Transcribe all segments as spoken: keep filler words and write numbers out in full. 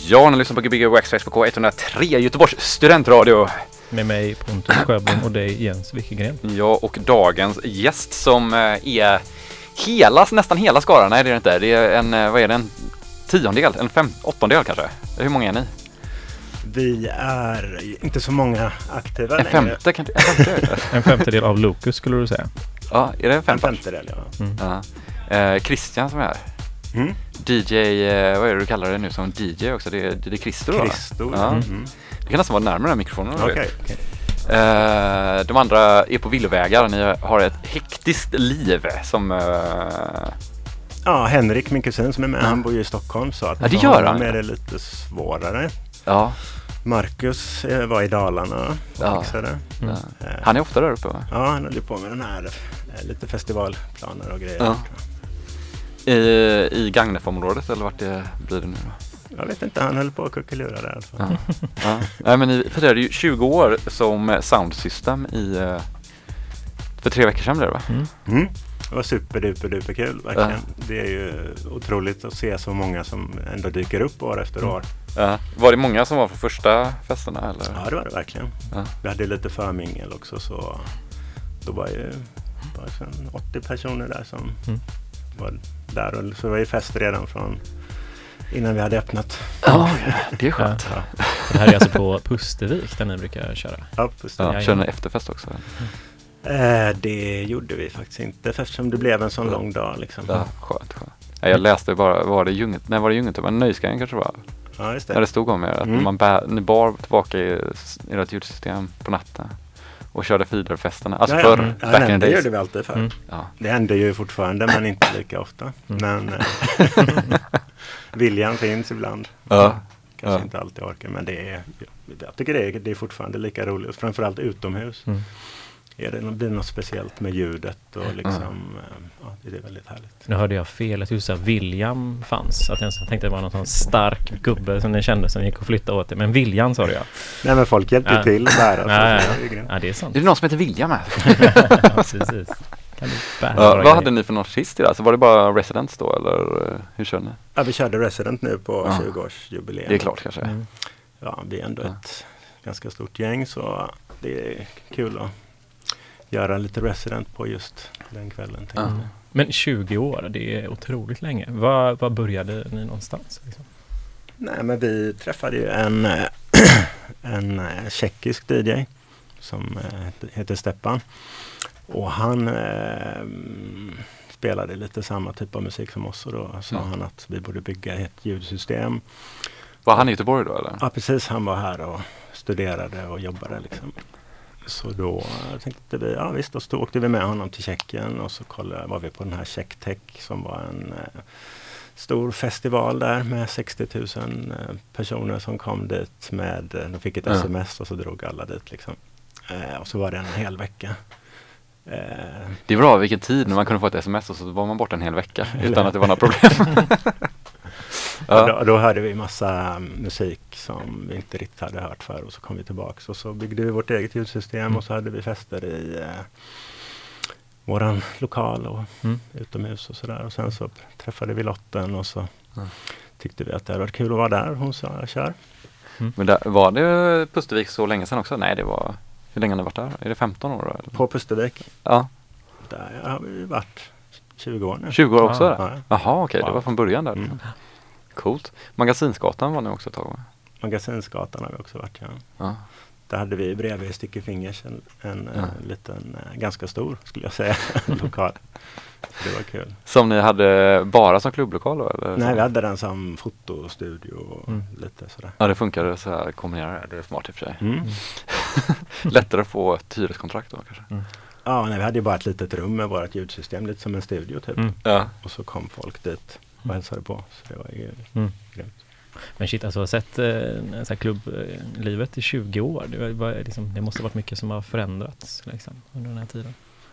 Ja, ni lyssnar på Gbg Waxtrax på K ett noll tre, Göteborgs studentradio. Med mig Pontus Sjöblom och dig Jens Wikegren. Ja, och dagens gäst som är hela, nästan hela skaran. Nej, det är det inte. Det är en, vad är det, en tiondel, en fem, åttondel kanske. Hur många är ni? Vi är inte så många aktiva en längre. Femte, kan, en femte, en femtedel av Locus skulle du säga. Ja, är det en, fem en femtedel, ja. Mm. ja. Eh, Christian som är här. Mm. D J, eh, vad är det du kallar det nu som D J också? Det är, det är Christo då? Christo, ja. Mm. Det kan nästan vara närmare den mikrofonen. Okej, okay, okay. Uh, de andra är på villovägar. Ni har ett hektiskt liv som... Uh... Ja, Henrik, min kusin som är med, ja. Han bor ju i Stockholm. Så att ja, det gör han. Med det lite svårare. Ja. Marcus var i Dalarna och ja. fixade. Mm. Uh, han är ofta där uppe, va? Ja, han håller på med den här lite festivalplaner och grejer. Ja. I, i Gagnef-området, eller vart det blir det nu då? Jag vet inte, han höll på att kuckelura där. Alltså. Ja. Ja. Nej, men ni firade ju tjugo år som Sound System i, för tre veckor sedan blev det, va? Mm. Mm. Det var super, duper, duper kul, verkligen. Ja. Det är ju otroligt att se så många som ändå dyker upp år efter år. Ja. Var det många som var för första festerna? Eller? Ja, det var det verkligen. Ja. Vi hade lite förmingel också, så då var ju bara åttio personer där som mm. var där. Och så var det fest redan från innan vi hade öppnat. Ja, det är skönt. Ja, ja. Det här är alltså på Pustervik där ni brukar köra. Ja, Pustervik. Ja, kör ni efterfest också? Mm. Eh, det gjorde vi faktiskt inte eftersom det blev en sån lång dag. Liksom. Ja, skönt. skönt. Ja, jag läste bara, var det Ljunget? Nej, var det Ljunget? Men Nöjskagen kanske var. Ja, just det. När det stod om er att mm. man bär, ni bar tillbaka i ert ljudsystem på natten och körde feederfesterna. Alltså ja, förr, mm. back ja, in det days. gjorde vi alltid förr. Mm. Ja. Det händer ju fortfarande, men inte lika ofta. Mm. Men viljan finns ibland. Ja. Kanske ja. inte alltid orkar, men det är, jag tycker det är, det är fortfarande lika roligt. Framförallt utomhus. Mm. Är det blir något speciellt med ljudet och liksom, mm. ja, det är väldigt härligt. Nu hörde jag fel, att just William fanns. Att jag tänkte det var någon sån stark gubbe som ni kände som gick och flyttade åt det. Men William sa det, ja. Nej, men folk hjälpte ja. till där. Alltså, ja, ja, det är ja, det är sant. Är det någon som heter William här? Ja, precis. Kan ja, vad grejer. Hade ni för någon artist idag? Så var det bara Residents då, eller hur kör ni? Ja, vi körde Resident nu på ja. tjugo-årsjubileum. Det är klart kanske. Mm. Ja, vi är ändå ja. ett ganska stort gäng, så det är kul att göra lite Resident på just den kvällen. Ja. Men tjugo år, det är otroligt länge. Var, var började ni någonstans? Liksom? Nej, men vi träffade ju en, en tjeckisk D J som heter Stepan. Och han eh, spelade lite samma typ av musik som oss, och då sa mm. han att vi borde bygga ett ljudsystem. Var han i Göteborg då, eller? Ja, precis. Han var här och studerade och jobbade liksom. Så då tänkte vi, ja visst, då stod, åkte vi med honom till Tjeckien och så kollade, var vi på den här Tjecktech som var en eh, stor festival där med sextio tusen eh, personer som kom dit med, eh, de fick ett mm. sms och så drog alla dit liksom. Eh, och så var det en hel vecka. Eh, det är bra vilken tid när man kunde få ett sms och så var man borta en hel vecka utan att det var några problem. Ja. Då, då hörde vi massa musik som vi inte riktigt hade hört för, och så kom vi tillbaks och så byggde vi vårt eget ljudsystem mm. och så hade vi fester i eh, våran lokal och mm. utomhus och sådär, och sen så träffade vi Lotten och så mm. tyckte vi att det hade varit kul att vara där. Hon sa, kör. Mm. Men där, var det Pustervik så länge sedan också? Nej, det var, hur länge har ni varit där? Är det femton år då? Eller? På Pustervik? Ja. Där har vi varit tjugo år nu. tjugo år också ja. där? Jaha, okej, okay, ja. det var från början där. Mm. Coolt. Magasinsgatan var ni också ett tag, va? Magasinsgatan har vi också varit, ja. ja. Där hade vi bredvid Sticky Fingers en, en, ja. en liten, ganska stor skulle jag säga, lokal. Så det var kul. Som ni hade bara som klubblokal då? Eller Nej, så? vi hade den som fotostudio och mm. lite sådär. Ja, det funkade så här, kombinera det. Det är smart i och för sig. Mm. Lättare att få ett hyreskontrakt då kanske? Mm. Ja, nej, vi hade ju bara ett litet rum med vårt ljudsystem, lite som en studio typ. Mm. Ja. Och så kom folk dit och hälsade på. Så det var ju mm. grymt. Men shit, alltså jag har sett eh, så här klubblivet i tjugo år. Det, var, liksom, det måste ha varit mycket som har förändrats liksom, under den här tiden.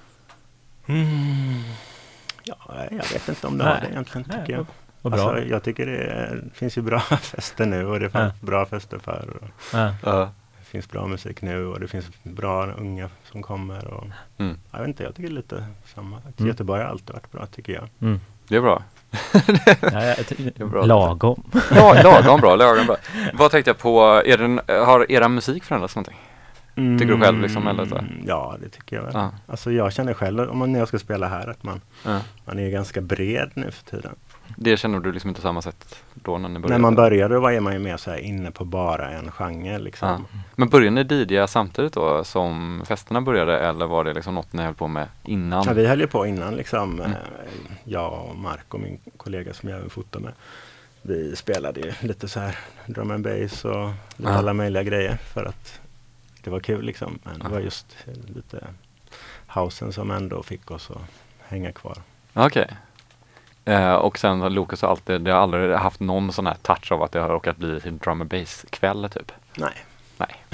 Mm. Ja, jag vet inte om det Nej. har det egentligen, tycker Nej, jag. Vad bra. Alltså, jag tycker det är, finns ju bra fester nu, och det finns ja. bra fester förr. Och ja. Ja. Det finns bra musik nu, och det finns bra unga som kommer. Och, mm. jag vet inte, jag tycker det är lite samma. Mm. Göteborg har alltid varit bra, tycker jag. Mm. Det är bra. Ja, jag ty- Det är bra. lagom. Ja, lagom bra, lagom bra. Vad tänkte jag på, är den, har era musik förändrats någonting? Tycker du själv liksom, eller så? Ja, det tycker jag väl. Ja. Alltså jag känner själv, om man, när jag ska spela här, att man, Ja. man är ganska bred nu för tiden. Det känner du liksom inte samma sätt då när ni började? När man började var man ju mer så här inne på bara en genre liksom. Ja. Men började ni D J samtidigt då som festerna började, eller var det liksom något ni höll på med innan? Ja, vi höll ju på innan liksom. Mm. Eh, Jag och Mark och min kollega som jag även fotar med. Vi spelade ju lite så här drum and bass och lite Ja. alla möjliga grejer för att det var kul liksom. Men det Ja. var just lite housen som ändå fick oss att hänga kvar. Okej. Eh, och sen har Lucas har alltid, det har aldrig haft någon sån här touch av att det har råkat bli en drum and bass kväll typ? Nej. Nej.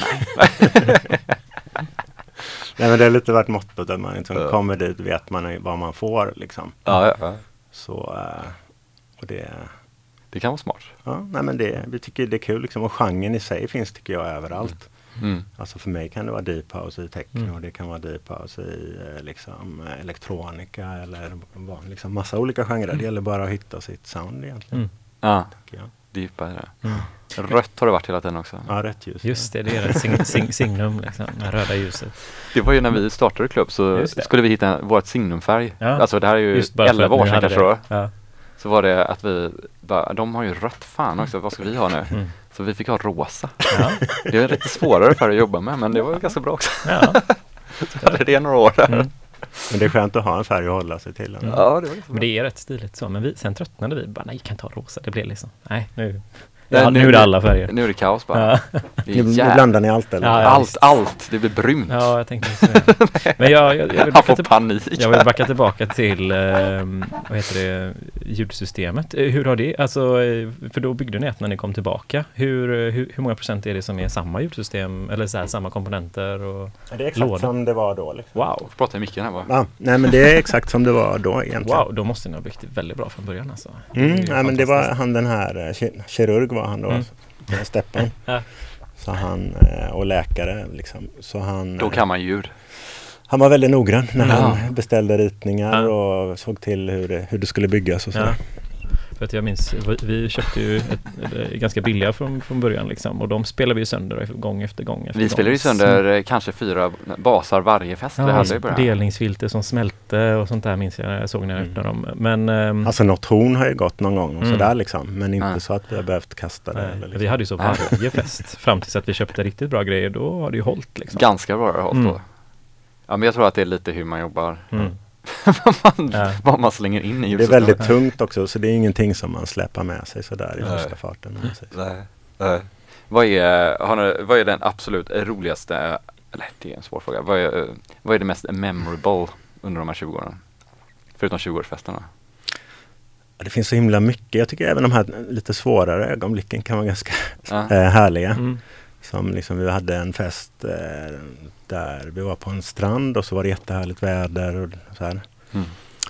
Nej, men det har lite varit mottot att man liksom Ja. kommer dit, vet man vad man får liksom. Ja, ja, ja. Så, eh, och det, Det kan vara smart. ja, nej men det, vi tycker det är kul liksom. Och genren i sig finns tycker jag överallt. Mm. Alltså för mig kan det vara deep house i techno, Mm. och det kan vara deep house i eh, liksom, eh, elektronika eller vad- liksom massa olika genrer. Det gäller bara att hitta sitt sound egentligen. Mm. Ja, Tycker jag. djupa i det. Mm. Rött har det varit hela tiden också. Ja, rätt ljus. Just det, det är ett sing- sing- signum liksom, med röda ljuset. Det var ju när vi startade klubb så Just det. skulle vi hitta en, vårt signumfärg. Ja. Alltså det här är ju Just bara för elva att ni år sedan hade kanske då. det. Ja. Så var det att vi bara, de har ju rött fan också, vad ska vi ha nu? Mm. Så vi fick ha rosa. Ja. Det är lite svårare för att jobba med, men det var ganska bra också. Ja. Så hade det några år där. Mm. Men det är skönt att ha en färg att hålla sig till. Mm. Ja, det var ganska Men bra. det är rätt stiligt så. Men vi, sen tröttnade vi. Bara, nej, jag kan ta rosa. Det blev liksom, nej, nu, Nej, ja, nu är det alla färger. Nu är det kaos bara. Ja. Det Nu är nu jävligt. blandar ni allt eller? Ja, ja. Allt, visst. allt. Det blir brunt. Ja, jag tänkte så. Men jag, jag, jag, vill Han backa får till, panik. jag vill backa tillbaka till, ehm, vad heter det, ljudsystemet. Eh, Hur har det, alltså, eh, för då byggde ni ett när ni kom tillbaka. Hur, eh, hur, hur många procent är det som är samma ljudsystem, eller så här, samma komponenter? Och, Ja, det är exakt låda. som det var då. Liksom. wow, Prata i micken här bara. Ja, nej men det är exakt som det var då egentligen. wow, då måste ni ha byggt det väldigt bra från början alltså. Det är Mm, ju nej, men det var fantastiskt. han den här eh, ki- kirurg var han då, Mm. alltså, den Steppen. Ja. Så han, eh, och läkare liksom. Så han, Då eh, kan man ljud. han var väldigt noggrann när Ja. han beställde ritningar Ja. och såg till hur det, hur det skulle byggas och sådär. Ja. För att jag minns, vi, vi köpte ju ett, ett, ganska billiga från, från början liksom, och de spelade vi ju sönder gång efter gång efter Vi gång. spelade ju sönder eh, kanske fyra basar varje fest. vi Ja, hade i början. delningsfilter som smälte och sånt där minns jag när jag såg när jag Mm. öppnade dem. Men ehm, Alltså något horn har ju gått någon gång och Mm. sådär liksom. Men inte Ja. så att vi har behövt kasta det. nej, Eller vi liksom. hade ju så Ja. varje fest fram tills att vi köpte riktigt bra grejer. Då har det ju hållit liksom. Ganska bra har det hållit Mm. på. Ja, men jag tror att det är lite hur man jobbar. Mm. vad, man, Ja. vad man slänger in i Det är ljuset. väldigt tungt också, så det är ingenting som man släpar med sig sådär i Nej. första farten. om man säger så. Nej. Nej. Vad är, har ni, vad är den absolut roligaste, eller det är en svår fråga, vad är, vad är det mest memorable under de här tjugo åren? Förutom tjugoårsfesterna. Ja, det finns så himla mycket. Jag tycker även de här lite svårare ögonblicken kan vara ganska Ja. eh, härliga. Mm. Som liksom, vi hade en fest eh, där vi var på en strand och så var det jättehärligt väder och så här. Mm.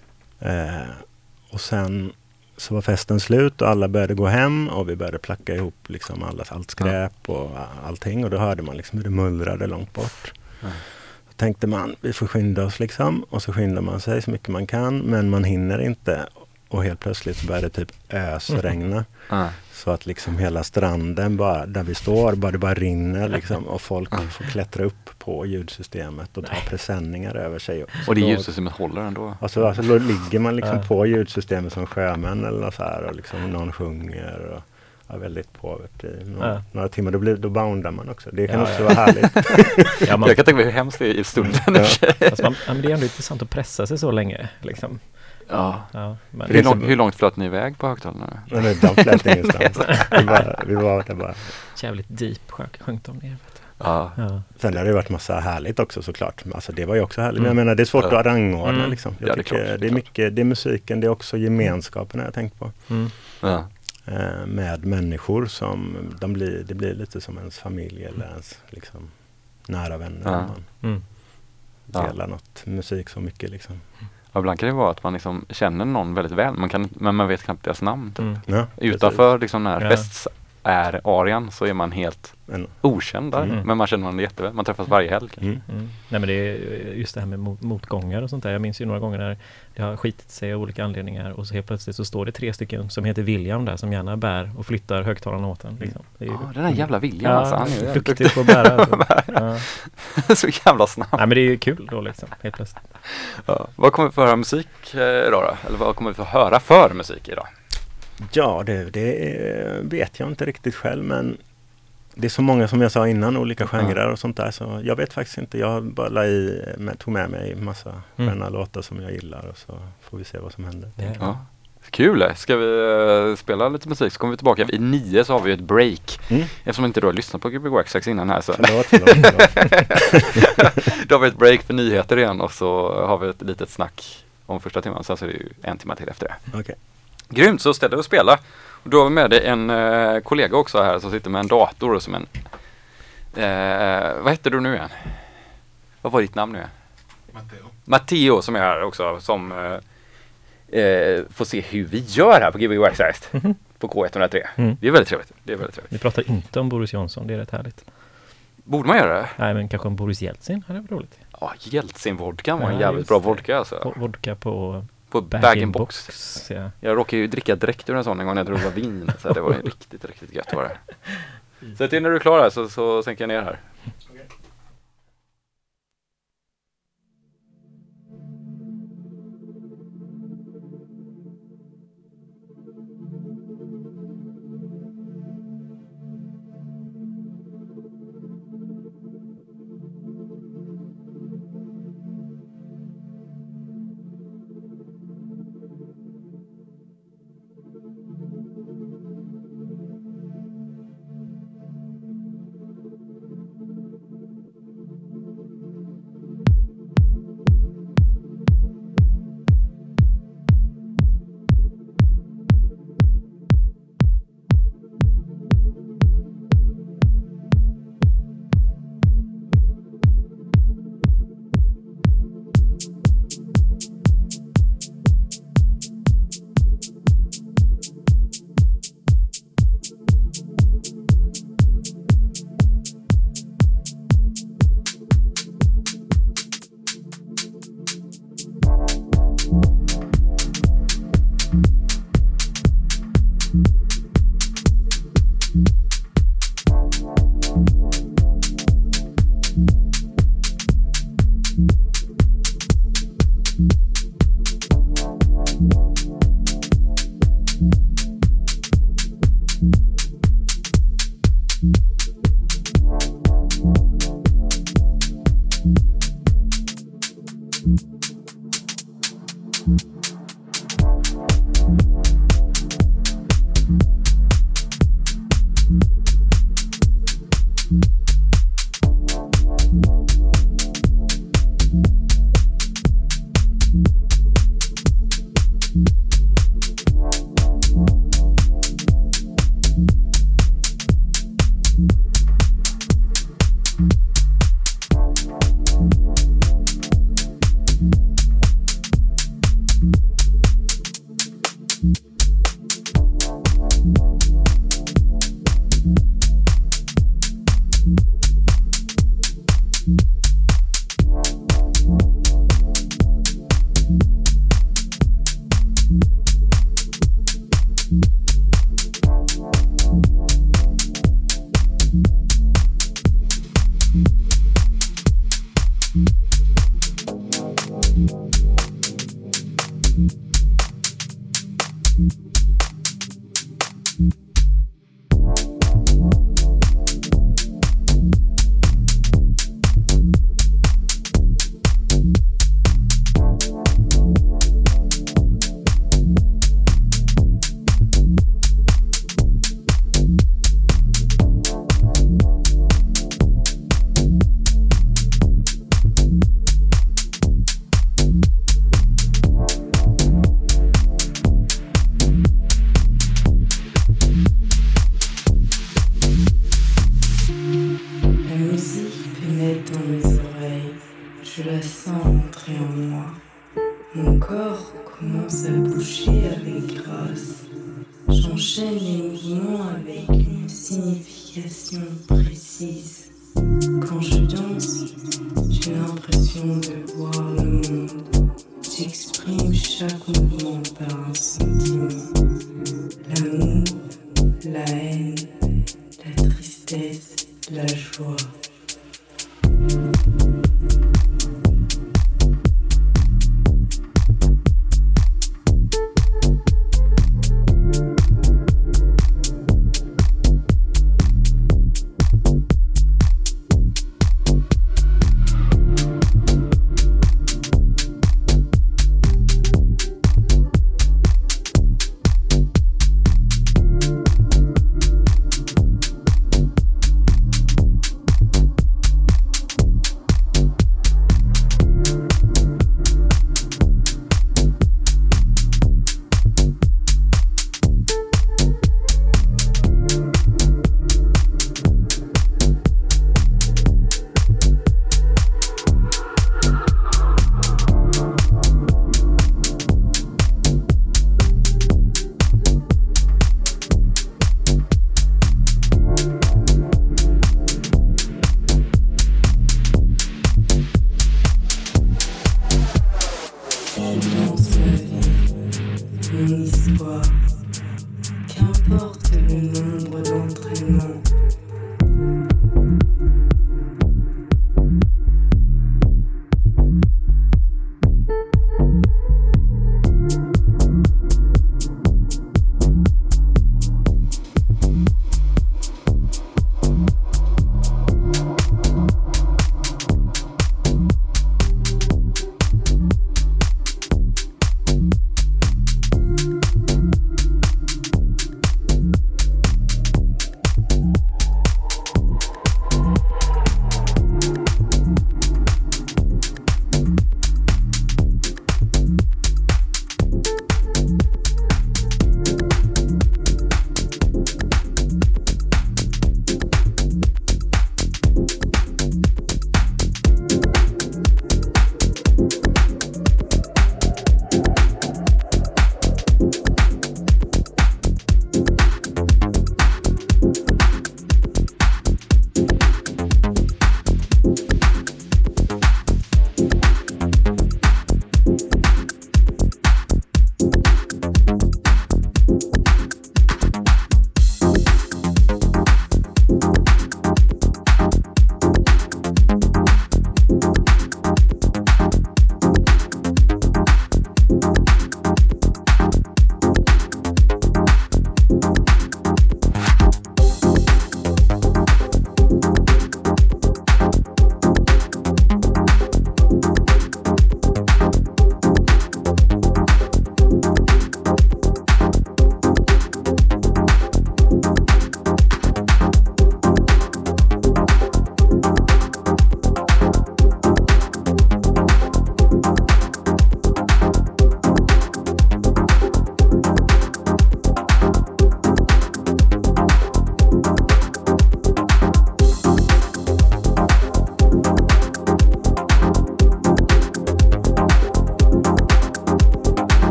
Eh, och sen så var festen slut och alla började gå hem och vi började placka ihop liksom alla, allt skräp och allting, och då hörde man liksom hur det mullrade långt bort. Mm. Då tänkte man, vi får skynda oss liksom, och så skyndar man sig så mycket man kan, men man hinner inte, och helt plötsligt så började det typ ösregna. Ja. Så att liksom hela stranden bara, där vi står, bara det bara rinner liksom, och folk Mm. får klättra upp på ljudsystemet och ta presenningar över sig. Så Och det då- ljussystemet håller ändå. Alltså, alltså då ligger man liksom Ja. på ljudsystemet som sjömän eller något så här, och liksom någon sjunger och ja, väldigt påvert i några, Ja. några timmar. Då, blir, då boundar man också. Det kan Ja, också ja. vara härligt. Ja, man, Jag kan tänka mig hur hemskt det är i stunden. Ja. alltså man, ja, men det är ändå intressant att pressa sig så länge liksom. Ja. Ja, men, Hur, lång, hur långt flöt ni iväg på högtalarna? Men det- de flöt ingenstans. Vi, bara, vi var där bara. jävligt deep sjönk, sjönk de ner. Vet du. Ja. Ja. Sen har det varit massa härligt också såklart. Alltså det var ju också härligt. Mm. Men jag menar, det är svårt Ja. att rangordna Mm. liksom. Jag Ja, det är tycker klart, det är det är klart. mycket, det är musiken, det är också gemenskapen jag tänkt på. Mm. Ja. Eh, med människor som, de blir, det blir lite som ens familj eller ens liksom nära vänner. Ja. Man Mm. Ja. delar något musik så mycket liksom. Ja, ibland kan det vara att man liksom känner någon väldigt väl, man kan, men man vet knappt deras namn. Typ. Mm. Ja, Utanför liksom den här Ja. fests är arian så är man helt Men, okänd där. Mm. Men man känner honom jätteväl. Man träffas varje helg. mm. Mm. Nej, men det är just det här med mot- motgångar och sånt där. Jag minns ju några gånger när det har skitit sig av olika anledningar och så helt plötsligt så står det tre stycken som heter William där som gärna bär och flyttar högtalarna åt en. Liksom. Det är ju, Ja, den där jävla William ja, alltså. Han är ju duktig på att bära. Alltså. Ja. så jävla snabb. Nej, men det är ju kul då liksom, helt plötsligt. Ja. Vad kommer vi få höra musik eh, idag då? Eller vad kommer vi få höra för musik idag? Ja, det, det vet jag inte riktigt själv, men det är så många som jag sa innan, olika genrer och sånt där, så jag vet faktiskt inte. Jag bara la i, med, tog med mig en massa Mm. sköna låtar som jag gillar och så får vi se vad som händer. Ja. Ja. Kul! Ska vi uh, spela lite musik så kommer vi tillbaka. I nio så har vi ett break. Mm. Eftersom inte du har lyssnat på Gbg Waxax innan här så Förlåt, förlåt, förlåt. då har vi ett break för nyheter igen och så har vi ett litet snack om första timmen. Sen så är det ju en timme till efter det. Okej. Grymt, så ställer vi och spela. Och då har vi med dig en uh, kollega också här som sitter med en dator och som en... Uh, vad heter du nu igen? Vad var ditt namn nu igen? Matteo. Matteo som är här också som uh, uh, får se hur vi gör här på Gbg Waxax Mhm. på K ett noll tre. Mm. Det är väldigt trevligt. Det är väldigt trevligt. Vi pratar inte om Boris Johnson, det är rätt härligt. Borde man göra det? Nej, men kanske om Boris Jeltsin, det var roligt. Ja, Jeltsin-vodkan var en Ja, jävligt just bra det. vodka alltså. Vo- Vodka på På bag-in-box. Ja. Jag råkade ju dricka direkt ur en sån en gång när jag trodde det var vin. Så det var ju riktigt, riktigt gött var det. Så till när du är klar här så, så sänker jag ner här. Mon corps commence à bouger avec grâce. J'enchaîne les mouvements avec une signification précise. Quand je danse, j'ai l'impression de voir le monde. J'exprime chaque mouvement par un sentiment. L'amour, la haine, la tristesse, la joie.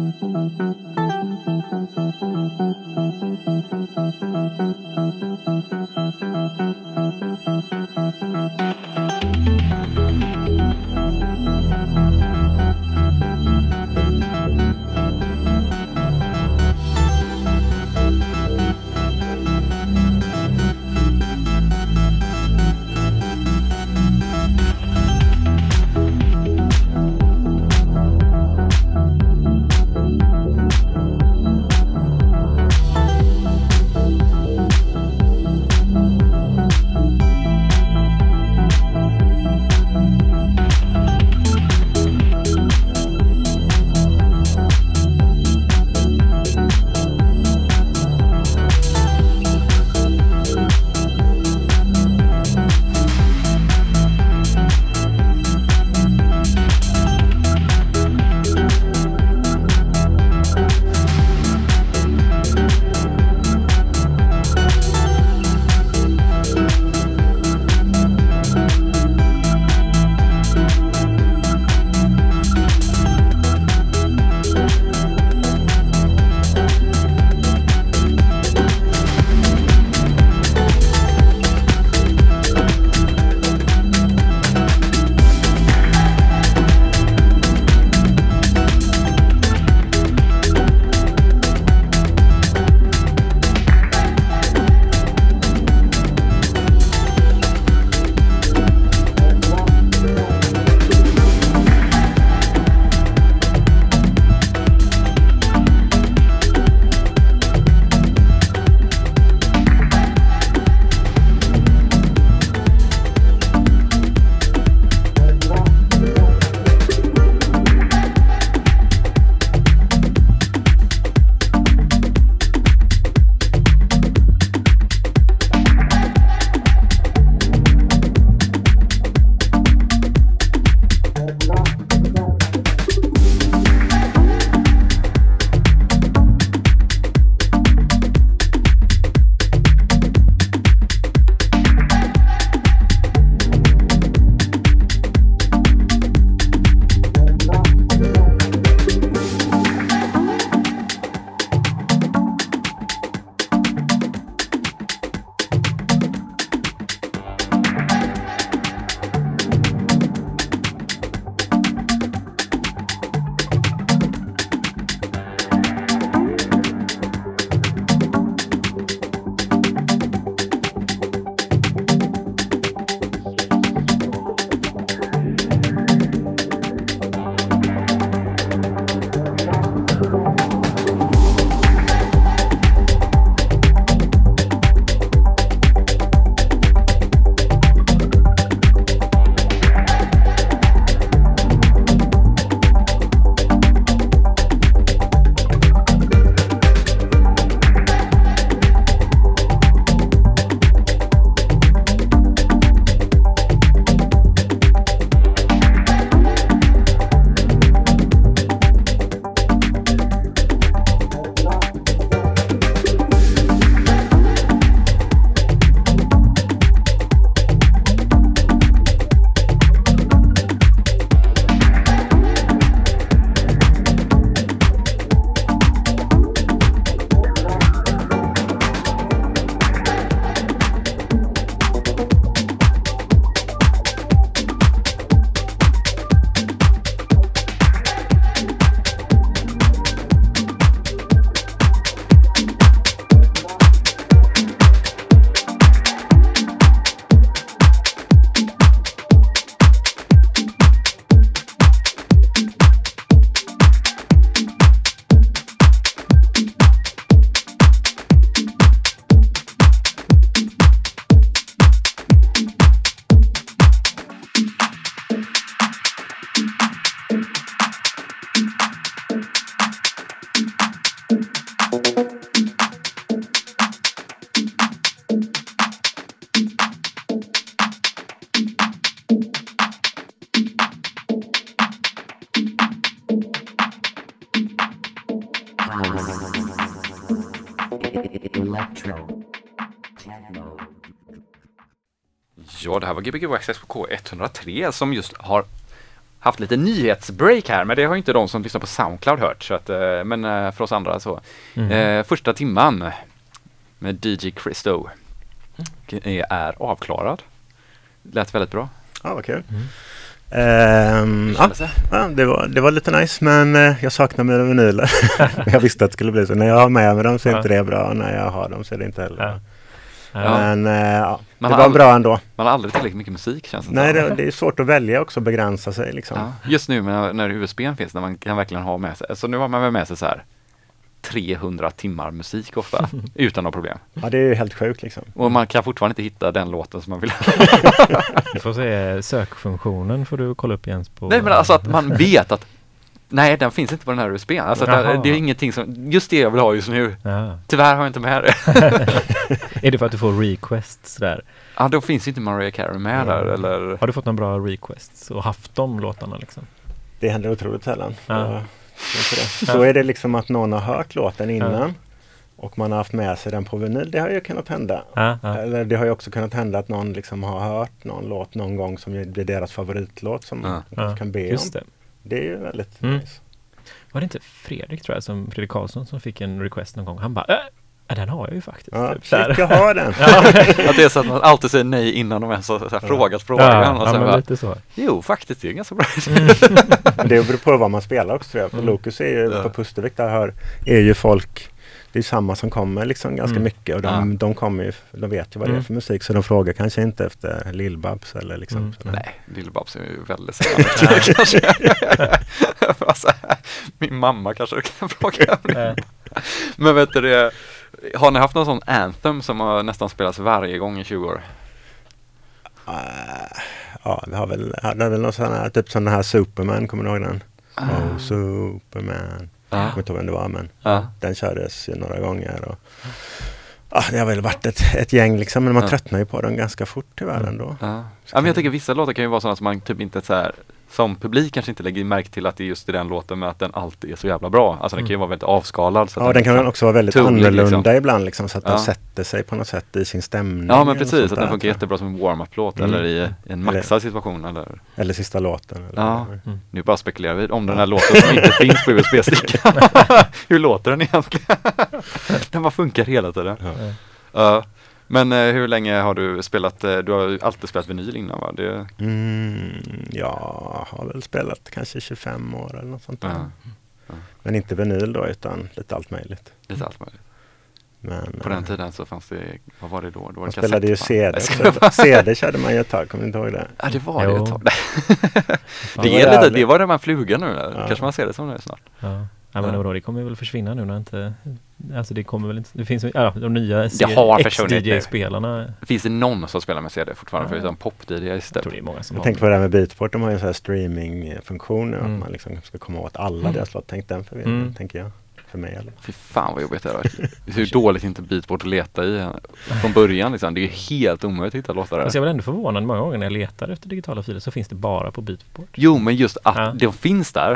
Ja, det här var Gbg Access på K etthundratre som just har haft lite nyhetsbreak här, men det har ju inte de som lyssnar på SoundCloud hört. Så att, eh, men eh, för oss andra så. Mm. Eh, första timman med D J Christo är, är avklarad. Lät väldigt bra. Ja, vad kul. Mm. Ehm, ja, Kändes det? ja, det, var, det var lite nice, men eh, jag saknar mina vinyler. Jag visste att det skulle bli så. När jag har med mig dem så är Ja. inte det bra. När jag har dem så är det inte heller bra. Ja. Ja. Ja. Men eh, ja, det Man har var all- bra ändå. Man har aldrig tillräckligt mycket musik, känns det Nej, som. det, det är svårt att välja också, begränsa sig liksom. Ja. Just nu när, när U S B:n finns, när man kan verkligen ha med sig. Så nu har man väl med sig så här trehundra timmar musik ofta, utan några problem. Ja, det är ju helt sjukt liksom. Och man kan fortfarande inte hitta den låten som man vill. Du får se sökfunktionen får du kolla upp Jens på. Nej, men alltså att man vet att nej, den finns inte på den här U S B:n. Alltså Jaha. det, det är ingenting som, just det jag vill ha just nu. Ja. Tyvärr har jag inte med det. Är det för att du får requests där? Ja, då finns inte Mariah Carey med där, eller? Har du fått några bra requests och haft de låtarna liksom? Det händer otroligt sällan. Ja. Ja. det är inte det. Då är det liksom att någon har hört låten innan Ja. och man har haft med sig den på vinyl. Det har ju kunnat hända. Ja, ja. Eller det har ju också kunnat hända att någon liksom har hört någon låt någon gång som ju blir deras favoritlåt som Ja. man kanske Ja, kan be just om. det. Det är ju väldigt Mm. nice. Var det inte Fredrik tror jag, som Fredrik Karlsson som fick en request någon gång? Han bara, äh, ja, den har jag ju faktiskt. Ja, Typ så här. shit, jag har den. Att det är så att man alltid säger nej innan de ens har så här, Ja. frågat frågan. Ja, och ja, sen men bara, lite så. jo, faktiskt, det är ganska bra. Men det beror på vad man spelar också tror jag. På Mm. Locus är ju, Ja. på Pustervik där hör, är ju folk, det är samma som kommer liksom ganska Mm. mycket och de, Ja. de kommer ju, de vet ju vad det är Mm. för musik så de frågar kanske inte efter Lill-Babs eller liksom Mm. sådär. Nej, Lill-Babs är ju väldigt sällan efter kanske. Alltså, min mamma kanske kan fråga. Eh, Men vet du det, har ni haft någon sån anthem som har nästan spelats varje gång i tjugo år? Uh, ja, vi har väl, hade väl någon sån här, typ som den här Superman, kommer du ihåg den? Oh, Superman. Jag Ja. kommer inte ihåg vem det var, men Ja. den kördes ju några gånger. Och, ah, det har väl varit ett, ett gäng liksom, men man Ja. tröttnar ju på den ganska fort tyvärr Mm. ändå. Ja. Ja, men jag tycker vissa låtar kan ju vara sådana som man typ inte så här, som publik kanske inte lägger märke till att det är just i den låten, men att den alltid är så jävla bra. Alltså den kan ju vara väldigt avskalad. Så att Ja, den kan liksom- också vara väldigt tunglig, annorlunda liksom. ibland liksom, så att Ja. den sätter sig på något sätt i sin stämning. Ja, men eller precis, sånt att den där, funkar tror jag. jättebra som en warm-up-låt Mm. eller i en maxad situation. Eller, Eller sista låten. Eller Ja. whatever. nu bara spekulerar vi om den här låten som inte finns på U S B-stickan. Hur låter den egentligen? Den bara funkar hela tiden. Ja. eh. Ja. Men eh, hur länge har du spelat, eh, du har ju alltid spelat vinyl innan va? Det, Mm, jag har väl spelat kanske tjugofem år eller något sånt där. ja, Men inte vinyl då, utan lite allt möjligt. lite allt möjligt. Men, På den eh, tiden så fanns det, vad var det då? Det var man det spelade ju kassett, C D va? också. C D körde man ju ett tag, kommer du inte ihåg det? Ja, det var det Jo. ett tag. Fan, Det var är lite, jävligt. det var det man fluga nu. Där. Ja. Kanske man ser det som det snart. Ja. Ja, men Ja. vadå, det kommer väl försvinna nu när inte, alltså det kommer väl inte, det finns ju, ja, de nya har försvunnit X D J-spelarna, Finns det någon som spelar med C D fortfarande? Ja. Förutom pop-D J jag istället? tror det är många som Jag har. tänkte på det här med Beatport, de har ju en sån här streamingfunktion nu, Mm. att man liksom ska komma åt alla Mm. deras låt. Tänk den förvirringen, Mm. tänker jag. För mig eller? Fy fan vad jobbigt det är. Hur dåligt inte Beatport att leta i från början liksom. Det är ju helt omöjligt att hitta låtar där. Alltså jag var ändå förvånad många gånger när jag letar efter digitala filer så finns det bara på Beatport. Jo, men just att Ja. de finns där.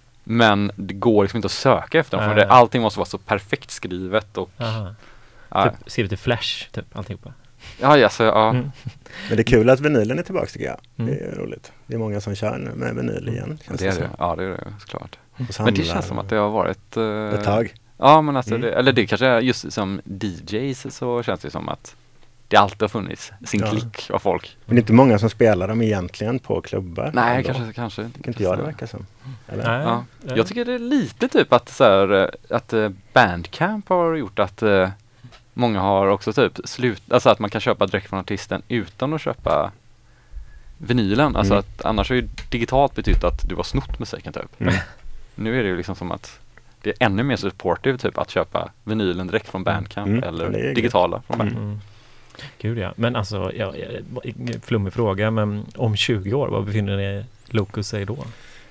Men det går liksom inte att söka efter dem. För Nej. det, allting måste vara så perfekt skrivet och Aha. ja, Typ, skrivet till Flash, typ alltihopa. ja, alltså, ja. Mm. Men det är kul att vinylen är tillbaka tycker jag. Mm. Det är roligt. Det är många som kör nu med vinyl igen. Känns Det är som. det. Ja, det är det såklart. Och Men det samlar känns som att det har varit eh, ett tag. Ja, men alltså Mm. det, eller det kanske är just som D Js så känns det som att det alltid har funnits sin Ja. klick av folk. Men det är inte många som spelar dem egentligen på klubbar. Nej, ändå. kanske, kanske inte. Tycker inte jag det verkar som. Eller? Nej, Ja. eh, Jag tycker det är lite typ att så här, eh, att eh, Bandcamp har gjort att eh, många har också typ slut, alltså att man kan köpa direkt från artisten utan att köpa vinylen. Alltså Mm. att annars har ju digitalt betytt att du har snott musiken typ. Mm. Nu är det ju liksom som att det är ännu mer supportive typ att köpa vinylen direkt från Bandcamp Mm. eller Ja, det är gött. digitala från Mm. Bandcamp. Mm. Gud ja, men alltså, ja, ja, flummig fråga, men om tjugo år, vad befinner ni Locus sig då?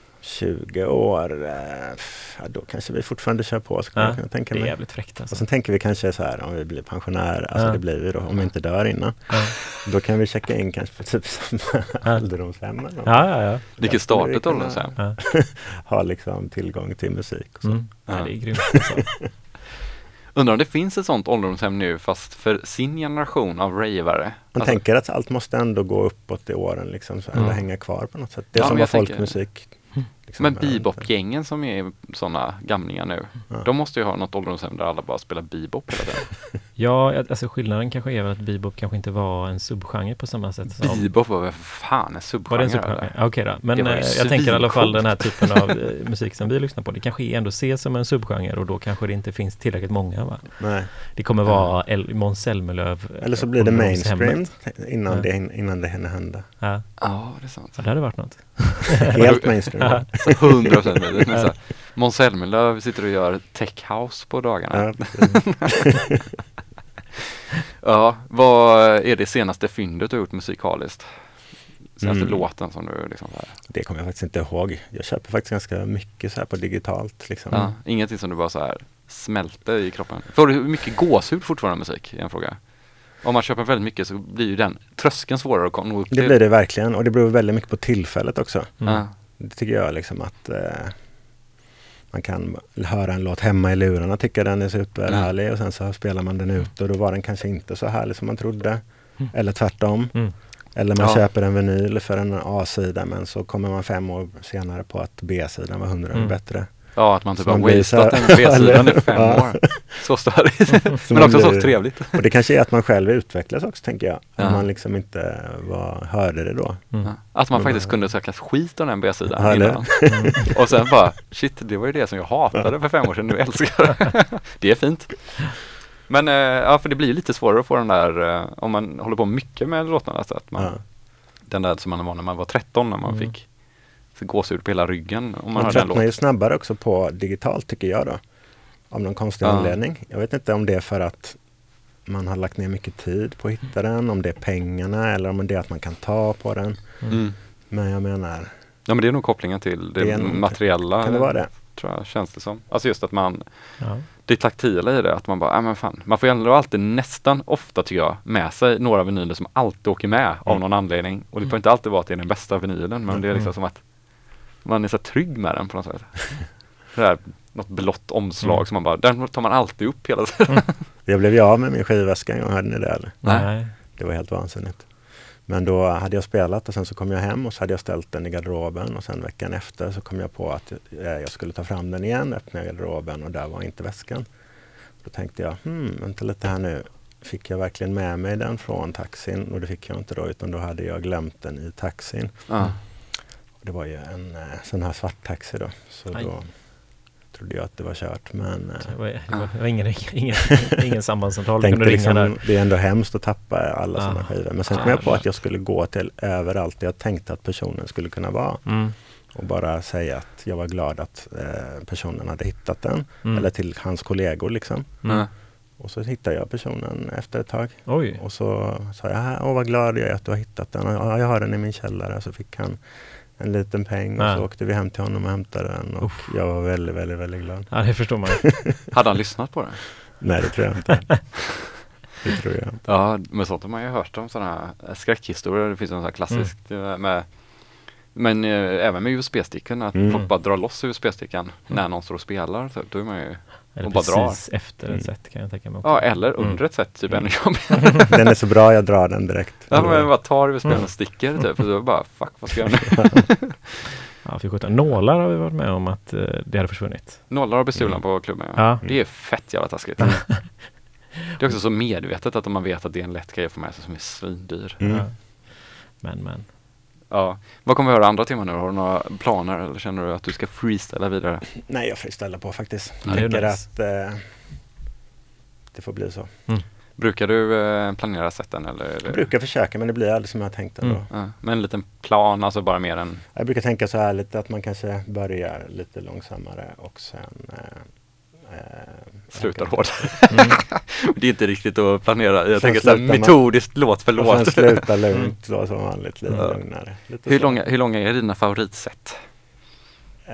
tjugo år, eh, ja, då kanske vi fortfarande kör på, skulle Ja, jag kunna tänka Det är mig. jävligt fräckt Och alltså. sen tänker vi kanske så här, om vi blir pensionärer, alltså Ja. det blir vi då, om vi inte dör innan. Ja. Då kan vi checka in kanske på typ som ålderdomshem eller något. Ja, ja, ja. Vilket Där skulle start vi ett kunna ålderdomshem. ja. Ha liksom tillgång till musik och så. Mm. Ja. Ja, det är grymt alltså. Undrar om det finns ett sånt ålderdomshem nu fast för sin generation av ravare. Man Alltså, tänker att allt måste ändå gå uppåt i åren liksom, så, Mm. eller hänga kvar på något sätt. Det är Ja, som men var jag tänker- folkmusik. Liksom, men eh, bebop-gängen som är sådana gamlingar nu, Ja. de måste ju ha något ålderdomshem där alla bara spelar bebop hela tiden. Ja, alltså skillnaden kanske är väl att bebop kanske inte var en subgenre på samma sätt som... Bebop var väl för fan en Var det subgenre? en subgenre? eller? Ja, Okej då. Men Det var ju eh, jag tänker i alla fall svincoolt. den här typen av eh, musik som vi lyssnar på. Det kanske ändå ses som en subgenre och då kanske det inte finns tillräckligt många, va? Nej. Det kommer vara El- Måns Zelmerlöw. eh, Eller så blir det mainstream ålderdomshemmet. innan, Ja. det, innan det hinner hända. Ja, Ja, det är sant. så det hade varit något. Helt mainstream. Så hundra procent med det. Men så här, Måns Zelmerlöw sitter och gör tech house på dagarna. Ja, precis. Ja, vad är det senaste fyndet du har gjort musikaliskt? Senaste Mm. låten som du liksom så här, Det kommer jag faktiskt inte ihåg. Jag köper faktiskt ganska mycket så här på digitalt. Liksom. ja, ingenting som du bara så här smälter i kroppen. Får du mycket gåshud fortfarande musik? Är en fråga. Om man köper väldigt mycket så blir ju den tröskeln svårare att nå upp till. Det blir det verkligen, och det beror väldigt mycket på tillfället också. Mm. Ja. Det tycker jag liksom att eh, man kan höra en låt hemma i lurarna, tycka den är superhärlig Mm. och sen så spelar man den ute och då var den kanske inte så härlig som man trodde. Mm. Eller tvärtom. Mm. Eller man Ja. köper en vinyl för en A-sida men så kommer man fem år senare på att B-sidan var hundra Mm. bättre. Ja, att man typ Så har man blir wasted så här- en B-sidan i fem Ja. år. Så störigt. Så Men man också så blir- trevligt. Och det kanske är att man själv utvecklas också, tänker jag. Ja. Om man liksom inte var, hörde det då. Mm. Ja. Att man Men faktiskt bara- kunde söka skit av den B-sidan Ja, eller? innan. Och sen bara, shit, det var ju det som jag hatade för fem år sedan, nu älskar jag det. Det är fint. Men eh, ja, för det blir ju lite svårare att få den där, eh, om man håller på mycket med låtarna, alltså att man, Ja. den där som man var när man var tretton, när man Mm. fick så gåshud på hela ryggen om man Man hörde en tröttnar låt. ju snabbare också på digitalt, tycker jag då. Av någon konstig Ja. anledning. Jag vet inte om det är för att man har lagt ner mycket tid på att hitta den, om det är pengarna eller om det är att man kan ta på den. Mm. Men jag menar, Ja, men det är nog kopplingen till det, Det är nog- materiella, kan det vara det? tror jag, känns det som. Alltså just att man, Ja. det taktila i det, att man bara, ja men fan, man får ju ändå alltid nästan ofta tycker jag med sig några vinyler som alltid åker med av Mm. någon anledning. Och det får inte alltid vara att det är den bästa vinylen, men det är liksom Mm. som att man är så trygg med den på något sätt. Det här, något blått omslag Mm. som man bara, den tar man alltid upp hela tiden. jag blev ju av med min skivväska en gång, hade ni det eller? Nej. Nej. Det var helt vansinnigt. Men då hade jag spelat och sen så kom jag hem och så hade jag ställt den i garderoben och sen veckan efter så kom jag på att eh, jag skulle ta fram den igen, öppna garderoben och där var inte väskan. Då tänkte jag, hmm, vänta lite här nu. Fick jag verkligen med mig den från taxin? Och det fick jag inte då, utan då hade jag glömt den i taxin. Ja. Och det var ju en eh, sån här svart taxi då. Så Aj. då trodde jag att det var kört. Men eh, Det var, det var, det var ingen, ingen, ingen sambandscentral. Du tänkte kunde ringa liksom, där. det är ändå hemskt att tappa alla Ah. sådana skivor. Men sen Ah, kom jag på ja. att jag skulle gå till överallt jag tänkte att personen skulle kunna vara. Mm. Och bara säga att jag var glad att eh, personen hade hittat den. Mm. Eller till hans kollegor liksom. Mm. Ja. Och så hittade jag personen efter ett tag. Oj. Och så sa jag, åh vad glad jag är att du har hittat den. Och, ja, jag har den i min källare. Så fick han en liten peng och Ja. så åkte vi hem till honom och hämtade den. Och jag var väldigt, väldigt, väldigt glad. Ja, det förstår man. Hade han lyssnat på det? Nej, det tror jag inte. Det tror jag inte. Ja, men sånt har man ju hört om, sådana här skräckhistorier. Det finns en sån här klassisk eh, med, men eh, även med U S B-sticken, att Mm. folk bara drar loss U S B-stickan när någon står och spelar. Typ. Då är man ju, Eller och bara precis drar. efter ett Mm. sätt kan jag tänka mig också. ja, eller under Mm. ett sätt, typ Mm. ännu jobbigare. Den är så bra, jag drar den direkt. Ja, men man bara tar U S B Mm. och sticker typ. Och så bara, fuck, vad ska jag göra nu? Ja, för sjutton. Nålar har vi varit med om att eh, det hade försvunnit. Nålar och bestulna Mm. på klubben. Ja. Ja. Det är fett jävla taskigt. Det är också så medvetet att man vet att det är en lätt grej att få med sig som är svindyr. Mm. Ja. Men, men. Ja. Vad kommer vi höra andra timmar nu? Har du några planer eller känner du att du ska freestyla vidare? Nej, jag freestylar på faktiskt. Ja, Jag det är tycker nice. att eh, det får bli så. Brukar du eh, planera sätten eller? Är det- Jag brukar försöka, men det blir aldrig som jag tänkt ändå. Mm. Ja, men en liten plan, alltså bara mer än... Jag brukar tänka så här lite att man kanske börjar lite långsammare och sen eh, eh, Slutar ökar- hårt. Mm. Det är inte riktigt att planera. Jag Sen tänker så här slutar man- metodiskt låt för Och sen låt. sluta lugnt då som vanligt, lite Ja. lugnare. Lite Hur så. långa, hur långa är dina favoritsätt? Eh,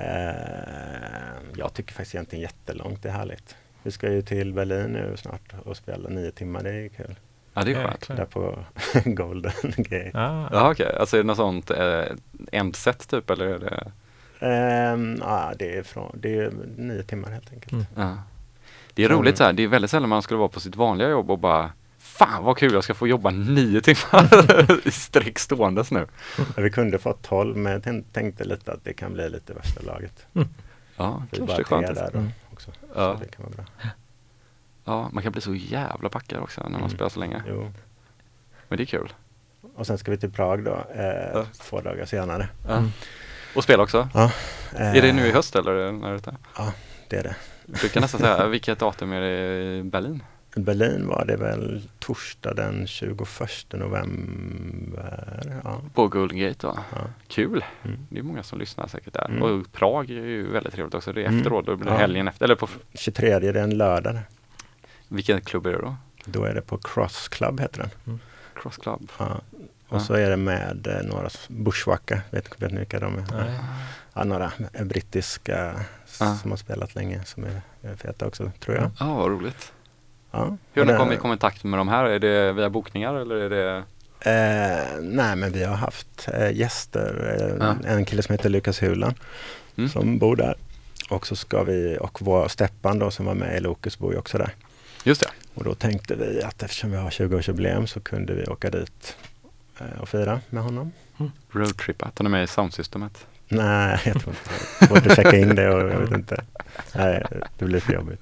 jag tycker faktiskt egentligen jättelångt, det är härligt. Vi ska ju till Berlin nu snart och spela nio timmar, det är kul. Ja, det är skönt. Jäklar. Där på Golden Gate. Ah. Ja, okej. Alltså är det något sånt eh, end-set typ eller är det... Ehm, ja, det är från, det är nio timmar helt enkelt. Mm. Ja. Det är roligt så här, det är väldigt sällan man skulle vara på sitt vanliga jobb och bara fan vad kul, jag ska få jobba nio timmar i sträck ståendes nu. Ja, vi kunde få tolv, men jag tän- tänkte lite att det kan bli lite värsta laget. Mm. Ja, Vi kanske bara skönt. tre där då Mm. också. Ja. Så det kan vara bra. Ja, man kan bli så jävla packad också när man Mm. spelar så länge. Jo. Men det är kul. Och sen ska vi till Prag då, eh, Ja. två dagar senare. Ja. Mm. Och spela också. Eh, Är det nu i höst eller när är det? Det är det. Du kan nästan säga, vilket datum är det i Berlin? I Berlin var det väl torsdag den tjugoförsta november. Ja. På Guldgate då. Ja. Kul. Mm. Det är många som lyssnar säkert där. Mm. Och Prag är ju väldigt trevligt också. Det är Mm. efteråt, då blir det Ja. helgen efter. Eller på, tjugotredje, det är en lördag. vilken klubb är det då? Då är det på Cross Club heter den. Cross Club. Ja. Och Ja. så är det med eh, några s- Bushwacka, vet vet ni vilka de är? Nej. Ja, några eh, brittiska s- Ja. som har spelat länge, som är, är feta också, tror jag. Ja, vad roligt. Ja. Hur Och har ni det- kommit i kontakt med de här? Är det via bokningar eller är det? Eh, nej, men vi har haft eh, gäster. Eh, Ja. En kille som heter Lukas Hulan Mm. som bor där. Och så ska vi, och vår Steppan då som var med i Lokus bor ju också där. Just det. Och då tänkte vi att eftersom vi har tjugo-årsjubileum så kunde vi åka dit eh, och fira med honom. Roadtrip, att han är med i soundsystemet. Nej, jag tror inte det. Svårt att checka in det och jag vet inte. Nej, det blir för jobbigt.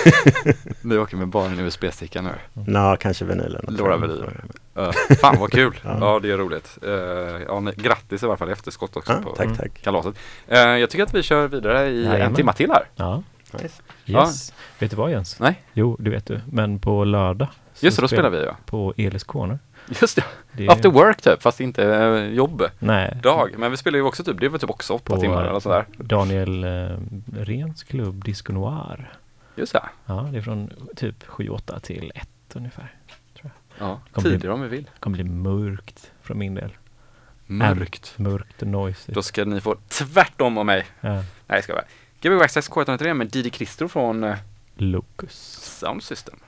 Vi åker med bara en U S B-sticka nu. Nå, kanske vinylen. Laura Velin. Uh, fan vad kul. Ja. Ja, det är roligt. Uh, ja, nej, grattis i varje fall i efterskott också Ja, på tack, Mm. tack. kalaset. Uh, jag tycker att vi kör vidare i en Jajamän. timma till här. Ja, Nice. yes. Vet du vad Jens? Nej, Jo, det vet du. Men på lördag så just det, då spelar vi ja. på Elis Corner. Just det. Det är- After work typ, fast inte uh, jobb. Nej, Dag. Men vi spelar ju också typ, det är väl typ också åtta på timmar eller sådär. Daniel eh, Rens klubb Disco Noir. Just det. Ja, det är från typ sju åtta till ett ungefär. Ja, Kommer bli- tidigare om vi vill. Det kommer bli mörkt från min del. Mörkt. Mörkt och noisy. Då ska ni få tvärtom om mig. Ja. Nej, jag ska bara. G B Access K ett noll tre med Didi Christo från uh, Locus. Sound System.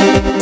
Thank